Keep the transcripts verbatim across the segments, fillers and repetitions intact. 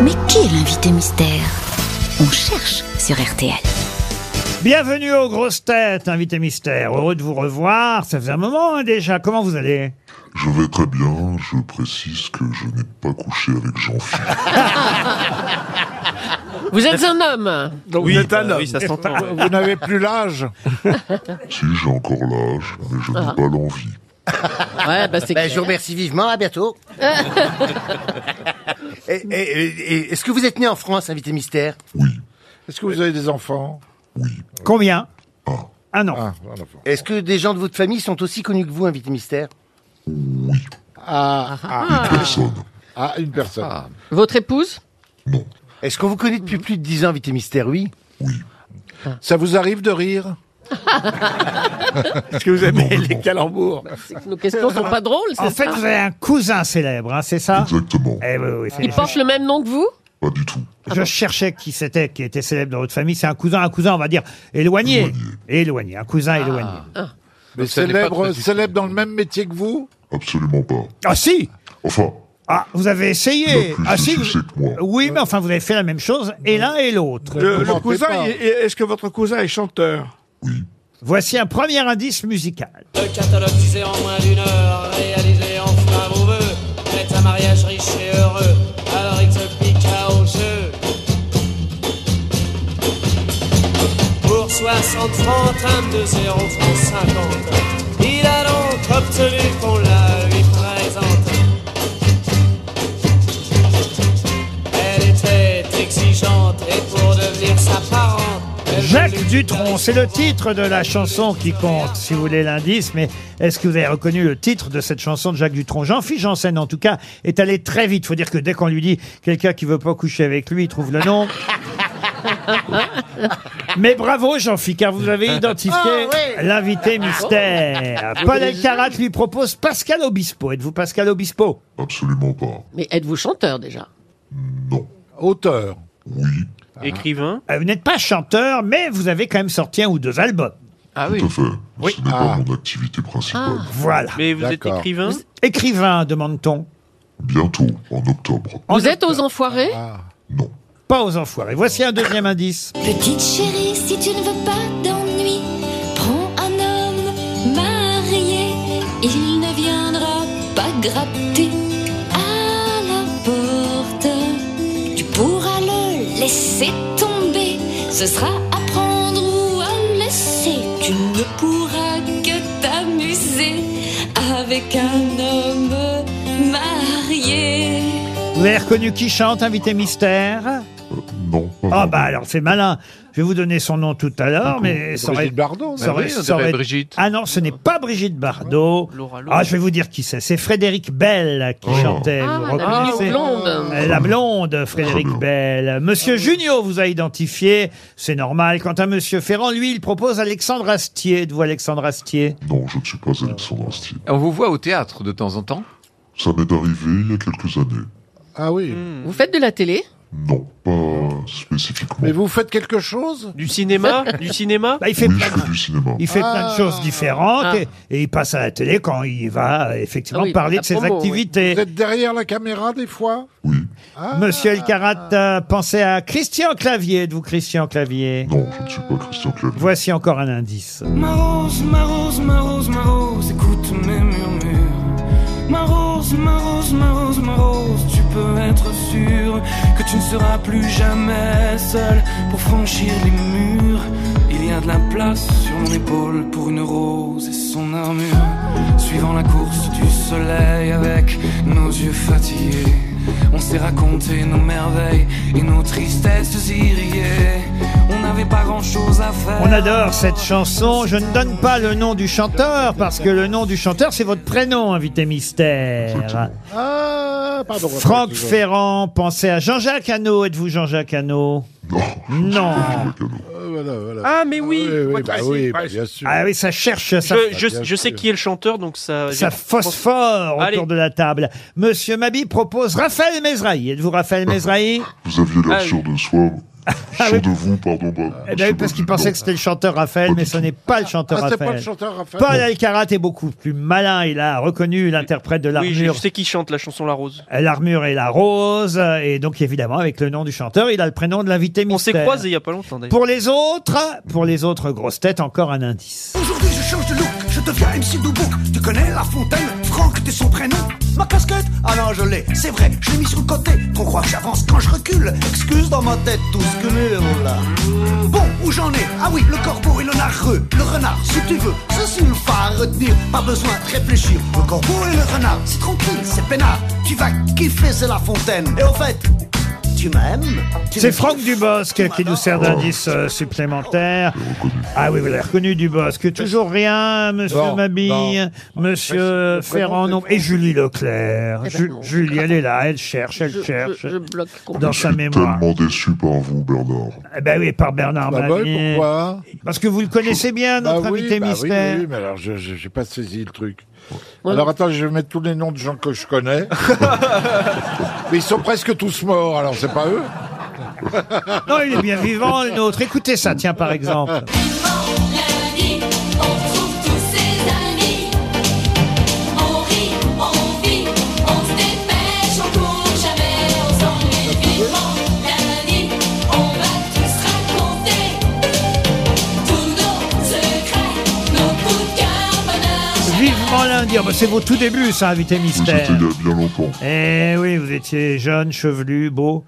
Mais qui est l'invité mystère? On cherche sur R T L. Bienvenue aux grosses têtes, invité mystère. Heureux de vous revoir. Ça faisait un moment hein, déjà. Comment vous allez? Je vais très bien. Je précise que je n'ai pas couché avec Jean-Philippe. Vous êtes un homme. Donc oui, vous êtes un bah, homme. oui, ça s'entend. Vous, vous n'avez plus l'âge. Si, j'ai encore l'âge, mais je n'ai Ah. pas l'envie. Ouais, bah c'est Ben, clair. je vous remercie vivement, à bientôt. et, et- et- et- Est-ce que vous êtes né en France, invité mystère? Oui, Est-ce que vous avez des enfants? oui. Combien? Ah, Un an. Ah, voilà. Est-ce que des gens de votre famille sont aussi connus que vous, invité mystère? oui. Ah, ah, Personne. ah, une personne. Votre épouse? Non. Est-ce qu'on vous connaît depuis plus de dix ans, invité mystère? Oui. Oui. Ça vous arrive de rire? Est-ce que vous aimez les calembours? C'est que nos questions sont pas drôles, c'est En fait, ça? vous avez un cousin célèbre, hein, c'est ça? Exactement. Eh oui, oui, c'est- Il porte le même nom que vous? Pas du tout. Je cherchais qui c'était, qui était célèbre dans votre famille. C'est un cousin, un cousin, on va dire, éloigné. Éloigné. Éloigné, un cousin éloigné. Mais ça n'est pas célèbre, très difficile. célèbre dans le même métier que vous? Absolument pas. Ah si! Enfin, Ah, vous avez essayé. Il a plus Ah de si, succès vous- que moi. Oui, mais enfin, vous avez fait la même chose, et l'un et l'autre. Le, le Comment cousin, on fait pas il- est-ce que votre cousin est chanteur? oui. Voici un premier indice musical. Le catalogue disait en moins d'une heure, réalisé en flamme au vœu. C'est un mariage riche et heureux, alors il se piqua au jeu. Pour soixante francs, trame de zéro francs cinquante. Il a donc obtenu qu'on la lui présente. Elle était exigeante et pour devenir sa parente, elle Jacques voulut- Dutronc, c'est le titre de la chanson qui compte, si vous voulez l'indice, mais est-ce que vous avez reconnu le titre de cette chanson de Jacques Dutronc? Jean-Philippe Janssen, en tout cas, est allé très vite. Faut dire que dès qu'on lui dit quelqu'un qui veut pas coucher avec lui, il trouve le nom. Mais bravo Jean-Philippe, car vous avez identifié Ah, ouais. l'invité mystère. Paul Elkarat lui propose Pascal Obispo. Êtes-vous Pascal Obispo? Absolument pas. Mais êtes-vous chanteur déjà? Non. Auteur. Oui. Écrivain? Euh, Vous n'êtes pas chanteur, mais vous avez quand même sorti un ou deux albums. Ah Tout oui. à fait. Oui. Ce n'est Ah. pas mon activité principale. Voilà. Mais vous êtes D'accord. écrivain? Écrivain, demande-t-on. Bientôt, en octobre. Vous êtes aux enfoirés? Ah. Non. Pas aux enfoirés. Voici un deuxième indice. Petite chérie, si tu ne veux pas d'ennui, prends un homme marié. Il ne viendra pas gratter à la porte. Tu pourras le laisser tomber. Ce sera à prendre ou à laisser. Tu ne pourras que t'amuser avec un homme marié. Vous avez reconnu qui chante, invité mystère? Euh, non, pas Ah vraiment. bah alors c'est malin. Je vais vous donner son nom tout à l'heure, mais ça aurait... Brigitte Bardot. ça aurait- oui, on ça aurait- dirait Brigitte. Ah non, ce n'est pas Brigitte Bardot. Laura, Laura. Ah, je vais vous dire qui c'est. C'est Frédéric Bell qui Oh. chantait. Ah, vous la reconnaissez mini blonde. Euh, La blonde, Frédéric Très bien. Bell. Monsieur Junio vous a identifié. C'est normal. Quant à Monsieur Ferrand, lui, il propose Alexandre Astier. Êtes-vous Alexandre Astier? Non, je ne suis pas Alexandre Astier. On vous voit au théâtre de temps en temps? Ça m'est arrivé il y a quelques années. Ah oui. Vous faites de la télé? Non, pas spécifiquement. Mais vous faites quelque chose? Du cinéma? Du cinéma? Bah, il fait Oui, plein je de... fais du cinéma. Il fait plein de Ah. choses différentes Ah. et, et il passe à la télé quand il va euh, effectivement Ah oui, parler la de ses promo, activités. Vous êtes derrière la caméra des fois? Oui. Ah. Monsieur Elkarat, euh, pensez à Christian Clavier. Êtes-vous Christian Clavier? Non, je ne suis pas Christian Clavier. Voici encore un indice. Ma rose, ma rose, ma rose, ma rose, écoute mes murmures. Ma rose, ma rose, ma rose, ma rose, tu peux être sûr que tu ne seras plus jamais seul pour franchir les murs. Il y a de la place sur mon épaule pour une rose et son armure. Suivant la course du soleil avec nos yeux fatigués, on s'est raconté nos merveilles et nos tristesses irriguées. On n'avait pas grand chose à faire. On adore cette chanson. Je ne donne pas le nom du chanteur parce que le nom du chanteur, c'est votre prénom, invité mystère. Ah, pardon. Franck Ferrand, pensez à Jean-Jacques Hano. Êtes-vous Jean-Jacques Hano? Non. je ne suis Non. pas Jean-Jacques Hano. Euh, voilà, voilà. Ah, mais oui! oui, oui, Ouais, bah précis, oui, précis. bien sûr. Ah oui, ça cherche, ça, Je, je, bien je sais sûr. qui est le chanteur, donc ça... ça phosphore Allez. autour de la table. Monsieur Mabi propose Raphaël Mesrahi. Êtes-vous Raphaël Mesrahi? Vous aviez l'air Ah, sûr de soi. Sûr de vous, pardon. Bah, Eh bien, parce qu'il pensait que c'était le chanteur Raphaël, mais ce n'est pas le chanteur Ah, c'est Raphaël. pas le chanteur Raphaël. Paul Alcarat est beaucoup plus malin. Il a reconnu l'interprète de Oui, je l'armure. sais qui chante la chanson La Rose. L'armure et la rose. Et donc, évidemment, avec le nom du chanteur, il a le prénom de l'invité On s'est mystère. croisés il y a pas longtemps d'ailleurs. Pour les autres, pour les autres grosses têtes, encore un indice. Aujourd'hui je change de look, je deviens M C Doubouk. Tu connais La Fontaine, Franck, t'es son prénom. Ma casquette, ah non je l'ai, c'est vrai, je l'ai mis sur le côté. Qu'on croit que j'avance quand je recule, excuse dans ma tête tout ce que l'on là. Bon, où j'en ai? Ah oui, le corbeau et le narreux, le renard, si tu veux, c'est sulfa à retenir, pas besoin de réfléchir. Le corbeau et le renard, c'est tranquille, c'est peinard. Tu vas kiffer, c'est La Fontaine. Et au fait, tu m'aimes? Tu C'est me Franck kiffes? Dubosc qui nous sert d'indice euh, supplémentaire. Ah oui, vous l'avez reconnu, Dubosc. Toujours rien, monsieur Non, Mabille, monsieur Le prénom, Ferrand, c'est non. Et Julie Leclerc. Eh ben Ju- non. Julie, elle est là, elle cherche, elle Je, cherche. je- je bloque complètement. Dans sa mémoire. Tellement déçu par vous, Bernard. Eh ben oui, par Bernard Bah Mabille. ouais, pourquoi? Parce que vous le connaissez bien, Bah notre oui, invité bah oui, mystère. oui, mais alors je je- j'ai pas saisi le truc. Ouais. Alors attends, je vais mettre tous les noms de gens que je connais. Mais ils sont presque tous morts, alors c'est pas eux. Non, il est bien vivant, le nôtre. Écoutez ça, tiens, par exemple. Lundi, on retrouve tous ses amis. On rit, on vit, on se dépêche, on court jamais, on s'ennuie vivement. Lundi, on va tous raconter tous nos secrets, nos coups de cœur, bonheur. Vivement lundi. Ah bah, c'est vos tout débuts, ça, invité Mais mystère. c'était il y a bien longtemps. Eh oui, vous étiez jeune, chevelu, beau.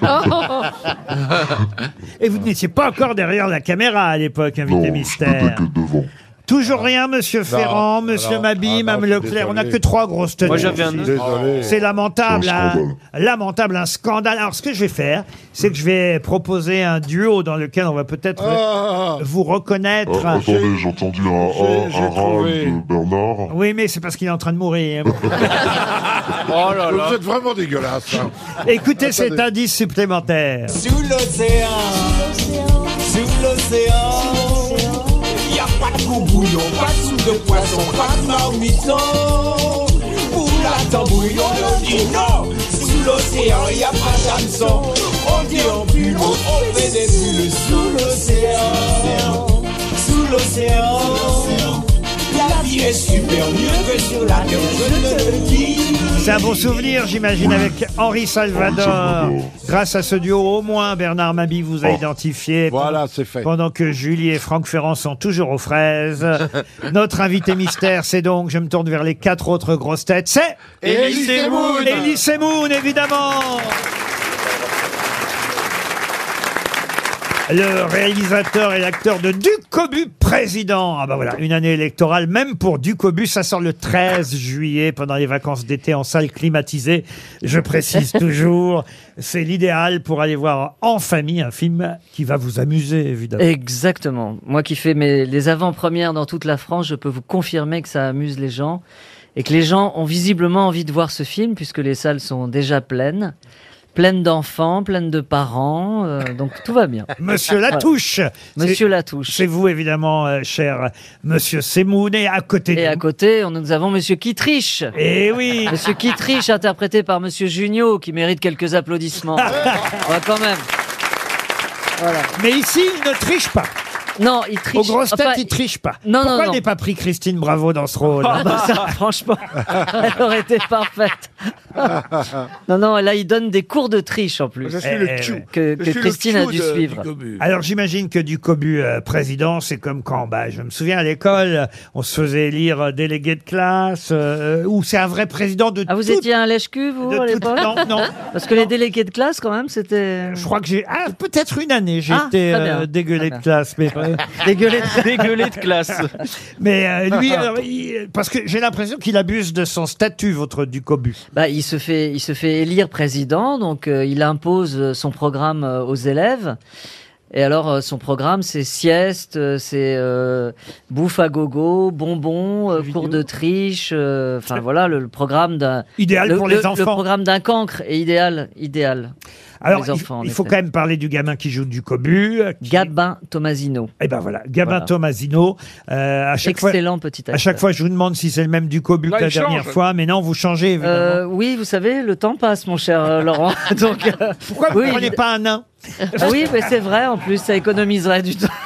Et vous n'étiez pas encore derrière la caméra à l'époque, invité Non, je mystère. n'étais que devant. Toujours rien, monsieur Ferrand, monsieur non, Mabille, ah non, Mme je suis Leclerc. On n'a désolé. que trois grosses têtes. Moi, j'avais un- Désolé. C'est lamentable, Un hein. scandale. Lamentable, un scandale. Alors, ce que je vais faire, c'est que je vais proposer un duo dans lequel on va peut-être Ah, vous reconnaître. Ah, attendez, j'ai entendu un, J'ai- un, j'ai un trouvé. râle de Bernard. Oui, mais c'est parce qu'il est en train de mourir. Oh là là. vous êtes vraiment dégueulasse. Hein. Écoutez cet indice supplémentaire. Sous l'océan, sous l'océan, y a pas de courbouillon, pas de soupe de poisson, pas de marmiton. Pour la tambouillon, on dit non. Sous l'océan, y a pas d'hameçon. On dit en bulle, on fait des bulles sous l'océan. Sous l'océan, la vie est super mieux que sur la terre, je te le dis. C'est un bon souvenir, j'imagine, avec Henri Salvador. Salvador. Grâce à ce duo, au moins, Bernard Mabille vous a Oh. identifié. Voilà, c'est fait. Pendant que Julie et Franck Ferrand sont toujours aux fraises. Notre invité mystère, c'est donc, je me tourne vers les quatre autres grosses têtes, c'est Elie Semoun. Elie Semoun, évidemment. Le réalisateur et l'acteur de Ducobu président. Ah bah voilà, une année électorale, même pour Ducobu, ça sort le treize juillet pendant les vacances d'été en salle climatisée. Je précise toujours, c'est l'idéal pour aller voir en famille un film qui va vous amuser, évidemment. Exactement. Moi qui fais mes, les avant-premières dans toute la France, je peux vous confirmer que ça amuse les gens et que les gens ont visiblement envie de voir ce film puisque les salles sont déjà pleines. Pleine d'enfants, pleine de parents, euh, donc tout va bien. Monsieur Latouche. Monsieur C'est- Latouche. C'est vous, évidemment, euh, cher Monsieur Semoun, et à côté de Et à vous- côté, on- nous avons Monsieur Kittrich. Eh oui. Monsieur Kittrich, interprété par Monsieur Junio, qui mérite quelques applaudissements. Ouais, quand même. Voilà. Mais ici, il ne triche pas. Non, il triche. Aux grosses têtes, Enfin, il triche pas. Non, non, Pourquoi non. il n'est pas pris Christine Bravo dans ce rôle Ah bah ça, franchement, elle aurait été parfaite. Non, non, là, il donne des cours de triche en plus. Je suis le tchou. Que, que Je suis le Christine a tchou dû de- suivre. Alors j'imagine que du cobu euh, président, c'est comme quand, bah, je me souviens à l'école, on se faisait élire euh, délégué de classe, euh, ou c'est un vrai président de Ah, vous toute- étiez un lèche-cul, vous, de à toute- l'époque Non, non. Parce que les délégués de classe, quand même, c'était... Je crois que j'ai... Ah, peut-être une année, j'ai Ah, été très bien. euh, dégueulé Très de bien. classe. Mais, Dégueulé Dégueulé de classe. mais euh, lui, alors, il- parce que j'ai l'impression qu'il abuse de son statut, votre du cobu. Bah, il se fait, il se fait élire président, donc euh, il impose euh, son programme euh, aux élèves. Et alors, euh, son programme, c'est sieste, euh, c'est euh, bouffe à gogo, bonbons, euh, cours de triche. euh, Enfin voilà, le, le programme d'un Idéal le- pour le- les enfants. Le programme d'un cancre est idéal, idéal. pour Alors, les enfants, en il, il faut effet. quand même parler du gamin qui joue du cobu. euh, qui- Gabin Tomasino. Eh ben voilà, Gabin Voilà. Tomasino. Euh, à chaque fois, Excellent petit acteur. à chaque fois, je vous demande si c'est le même du cobu Là, que la il change. dernière fois, mais non, vous changez évidemment. Euh, oui, vous savez, le temps passe, mon cher euh, Laurent. Donc, euh, Pourquoi vous oui, ne prenez évid- pas un nain? Ah oui, mais c'est vrai, en plus, ça économiserait du temps.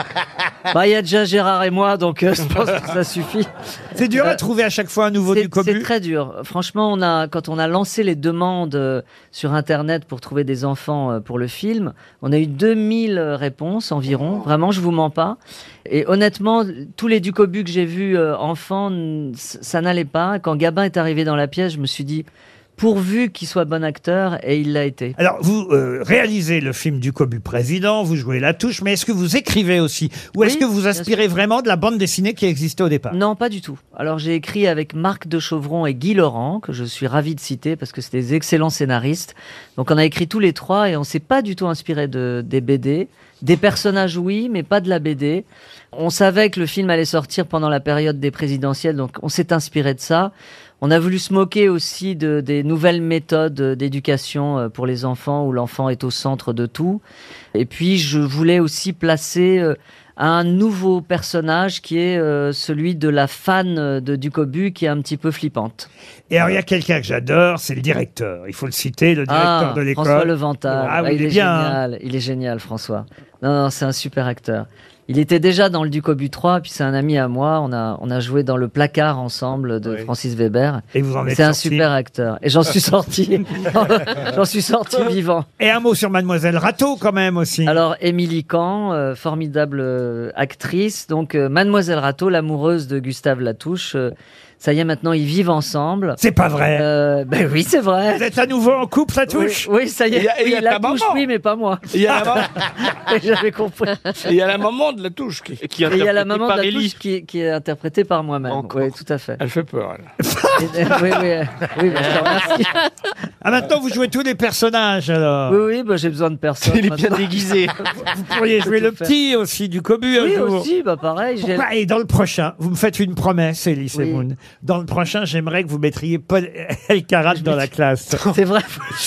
Bah, il y a déjà Gérard et moi, donc euh, je pense que ça suffit. C'est dur Euh, à trouver à chaque fois un nouveau C'est- du cobu. C'est très dur. Franchement, on a, quand on a lancé les demandes euh, sur Internet pour trouver des enfants euh, pour le film, on a eu deux mille réponses environ. Vraiment, je vous mens pas. Et honnêtement, tous les Ducobu que j'ai vus euh, enfants, n- ça n'allait pas. Quand Gabin est arrivé dans la pièce, je me suis dit, pourvu qu'il soit bon acteur, et il l'a été. Alors, vous euh, réalisez le film du cobu président, vous jouez la touche, mais est-ce que vous écrivez aussi? Ou est-ce Oui, que vous bien inspirez vraiment de la bande dessinée qui existait au départ? Non, pas du tout. Alors j'ai écrit avec Marc de Chauvron et Guy Laurent, que je suis ravi de citer parce que c'est des excellents scénaristes. Donc on a écrit tous les trois et on s'est pas du tout inspiré de, des B D. Des personnages, oui, mais pas de la B D. On savait que le film allait sortir pendant la période des présidentielles, donc on s'est inspiré de ça. On a voulu se moquer aussi de, des nouvelles méthodes d'éducation euh, pour les enfants, où l'enfant est au centre de tout. Et puis, je voulais aussi placer euh, un nouveau personnage qui est euh, celui de la fan de Ducobu, qui est un petit peu flippante. Et alors, il y a quelqu'un que j'adore, c'est le directeur. Il faut le citer, le directeur Ah, de l'école. François Levental. Ah oui, Ah, il, est bien. hein. génial. Il est génial, François. Non, non, c'est un super acteur. Il était déjà dans le Ducobu trois, puis c'est un ami à moi. On a, on a joué dans Le Placard ensemble de Francis Weber. Et vous en êtes C'est un sorti. super acteur. Et j'en suis sorti. J'en suis sorti vivant. Et un mot sur Mademoiselle Rateau, quand même, aussi. Alors, Émilie Kahn, euh, formidable euh, actrice. Donc, euh, Mademoiselle Rateau, l'amoureuse de Gustave Latouche. euh, ça y est, maintenant, ils vivent ensemble. C'est pas vrai. Euh, ben oui, c'est vrai. Vous êtes à nouveau en couple, Latouche? Oui, oui, ça y est. Il y a- il y a oui, ta Latouche, maman. oui, mais pas moi. Il y a la, maman- J'avais compris. il y a la maman de la touche qui, Qui est Et il y a la interprété maman de par la Ellie. touche qui, qui est interprétée par moi-même. Encore. Oui, tout à fait. elle fait peur. Elle. Et- et- oui, oui, oui, bah, je te remercie. Ah, maintenant, vous jouez tous les personnages, alors. Oui, oui, bah, j'ai besoin de personne. Il est bien maintenant. déguisé. Vous pourriez jouer le tout faire. petit aussi, du cobu, un Oui, jour. aussi, bah pareil. j'ai- Pourquoi Et dans le prochain, vous me faites une promesse, Elie Oui. Semoun. Dans le prochain, j'aimerais que vous mettriez Paul Elkarat dans la classe. C'est vrai.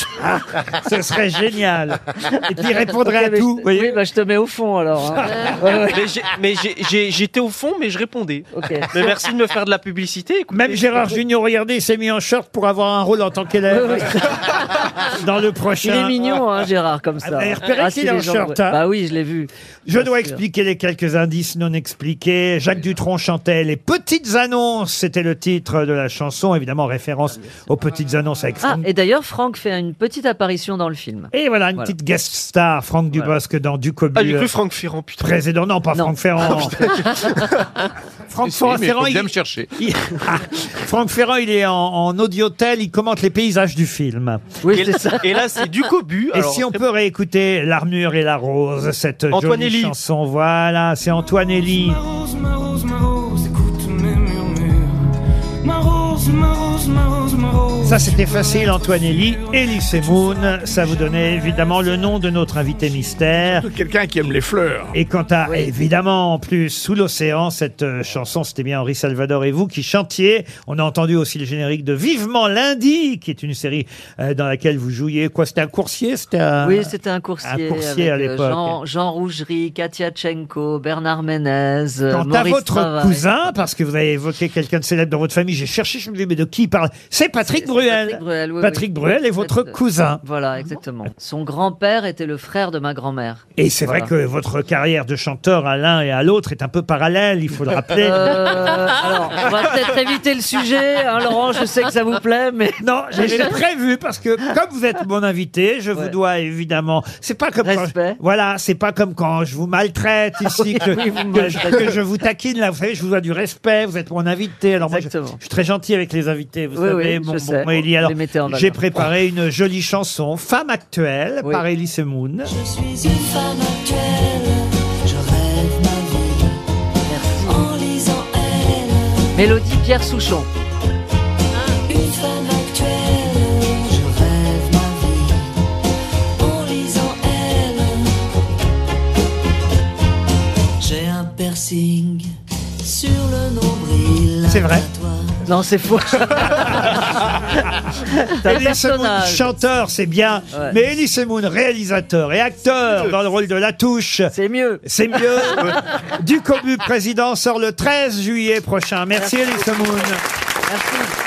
Ce serait génial. Et puis il répondrait Ok, à mais tout. je- vous voyez. Oui, bah je te mets au fond alors. hein. Ouais, ouais. Mais j'ai- Mais j'ai- j'ai- j'étais au fond, mais je répondais. Ok. Mais merci de me faire de la publicité. écoutez. Même Gérard Junior, regardez, il s'est mis en short pour avoir un rôle en tant qu'élève Oui, oui. dans le Il prochain. est mignon, hein, Gérard, comme Ah, ça. vous avez repéré qu'il si, est en les gens- short, hein. Bah oui, je l'ai vu. Je Bien dois sûr. expliquer les quelques indices non expliqués. Jacques Dutronc chantait Les Petites Annonces. C'était le titre de la chanson, évidemment référence aux Petites Annonces avec Ah, Franck. et d'ailleurs, Franck fait une petite apparition dans le film. Et voilà, une Voilà. petite guest star, Franck Dubosc dans Ducobu. Ah, j'ai cru Franck Ferrand, putain. Président, non, pas Non. Franck Ferrand. Franck Si, si, mais il Ferrand, faut bien il- me chercher. il- Franck Ferrand, il est en, en audiotel, il commente les paysages du film. Oui, Et, c'est ça. et là, c'est du cobu. Et alors, si on c'est- peut réécouter L'armure et la rose, cette Antoine jolie Elie. chanson, voilà, c'est Antoine Elie. Ma rose, ma rose, ma rose, écoute mes murmures. Ma rose, ma rose, ma rose, ma rose. Ça, c'était facile, Antoine Elie. Elie Semoun, ça vous donnait évidemment le nom de notre invité mystère. Quelqu'un qui aime les fleurs. Et quant à, évidemment, en plus, Sous l'océan, cette euh, chanson, c'était bien Henri Salvador et vous qui chantiez. On a entendu aussi le générique de Vivement lundi, qui est une série euh, dans laquelle vous jouiez. Quoi, c'était un coursier? C'était un... Oui, c'était un coursier, un coursier à avec, euh, l'époque. Jean, Jean Rougerie, Katia Tchenko, Bernard Ménez, euh, Quant à Maurice votre Travail. cousin, parce que vous avez évoqué quelqu'un de célèbre dans votre famille, j'ai cherché, je me dis, mais de qui il parle? C'est Patrick C'est- c'est Bruel. Patrick Bruel, oui, Patrick oui. Bruel est votre C'est- cousin. Voilà, exactement. Son grand-père était le frère de ma grand-mère. Et c'est Voilà. vrai que votre carrière de chanteur à l'un et à l'autre est un peu parallèle, il faut le rappeler. Euh, alors, on va peut-être éviter le sujet, hein, Laurent, je sais que ça vous plaît, mais... Non, j'avais prévu parce que comme vous êtes mon invité, je vous Ouais. dois évidemment. C'est pas comme quand, Respect. voilà, c'est pas comme quand je vous maltraite ici que, Oui, vous me que, maltraitez. que je vous taquine là. Vous savez, je vous dois du respect. Vous êtes mon invité. Alors moi, je, Exactement. je suis très gentil avec les invités. Vous Oui, savez, oui, mon je bon sais. Élie. Alors Les mettez en valeur. j'ai préparé une jolie chanson, Femme actuelle, Oui. par Elie Semoun. Je suis une femme actuelle, je rêve ma vie Merci. en lisant elle. Mélodie Pierre Souchon. Une femme actuelle, je rêve ma vie en lisant elle. J'ai un piercing sur le nombril. C'est vrai. à toi. Non, c'est faux. C'est un Elie Semoun, personnage. chanteur, c'est bien, Ouais. mais Elie Semoun, réalisateur et acteur dans le rôle de Latouche. C'est mieux. C'est mieux. Du Cobu président sort le treize juillet prochain. Merci, Elie Semoun. Merci.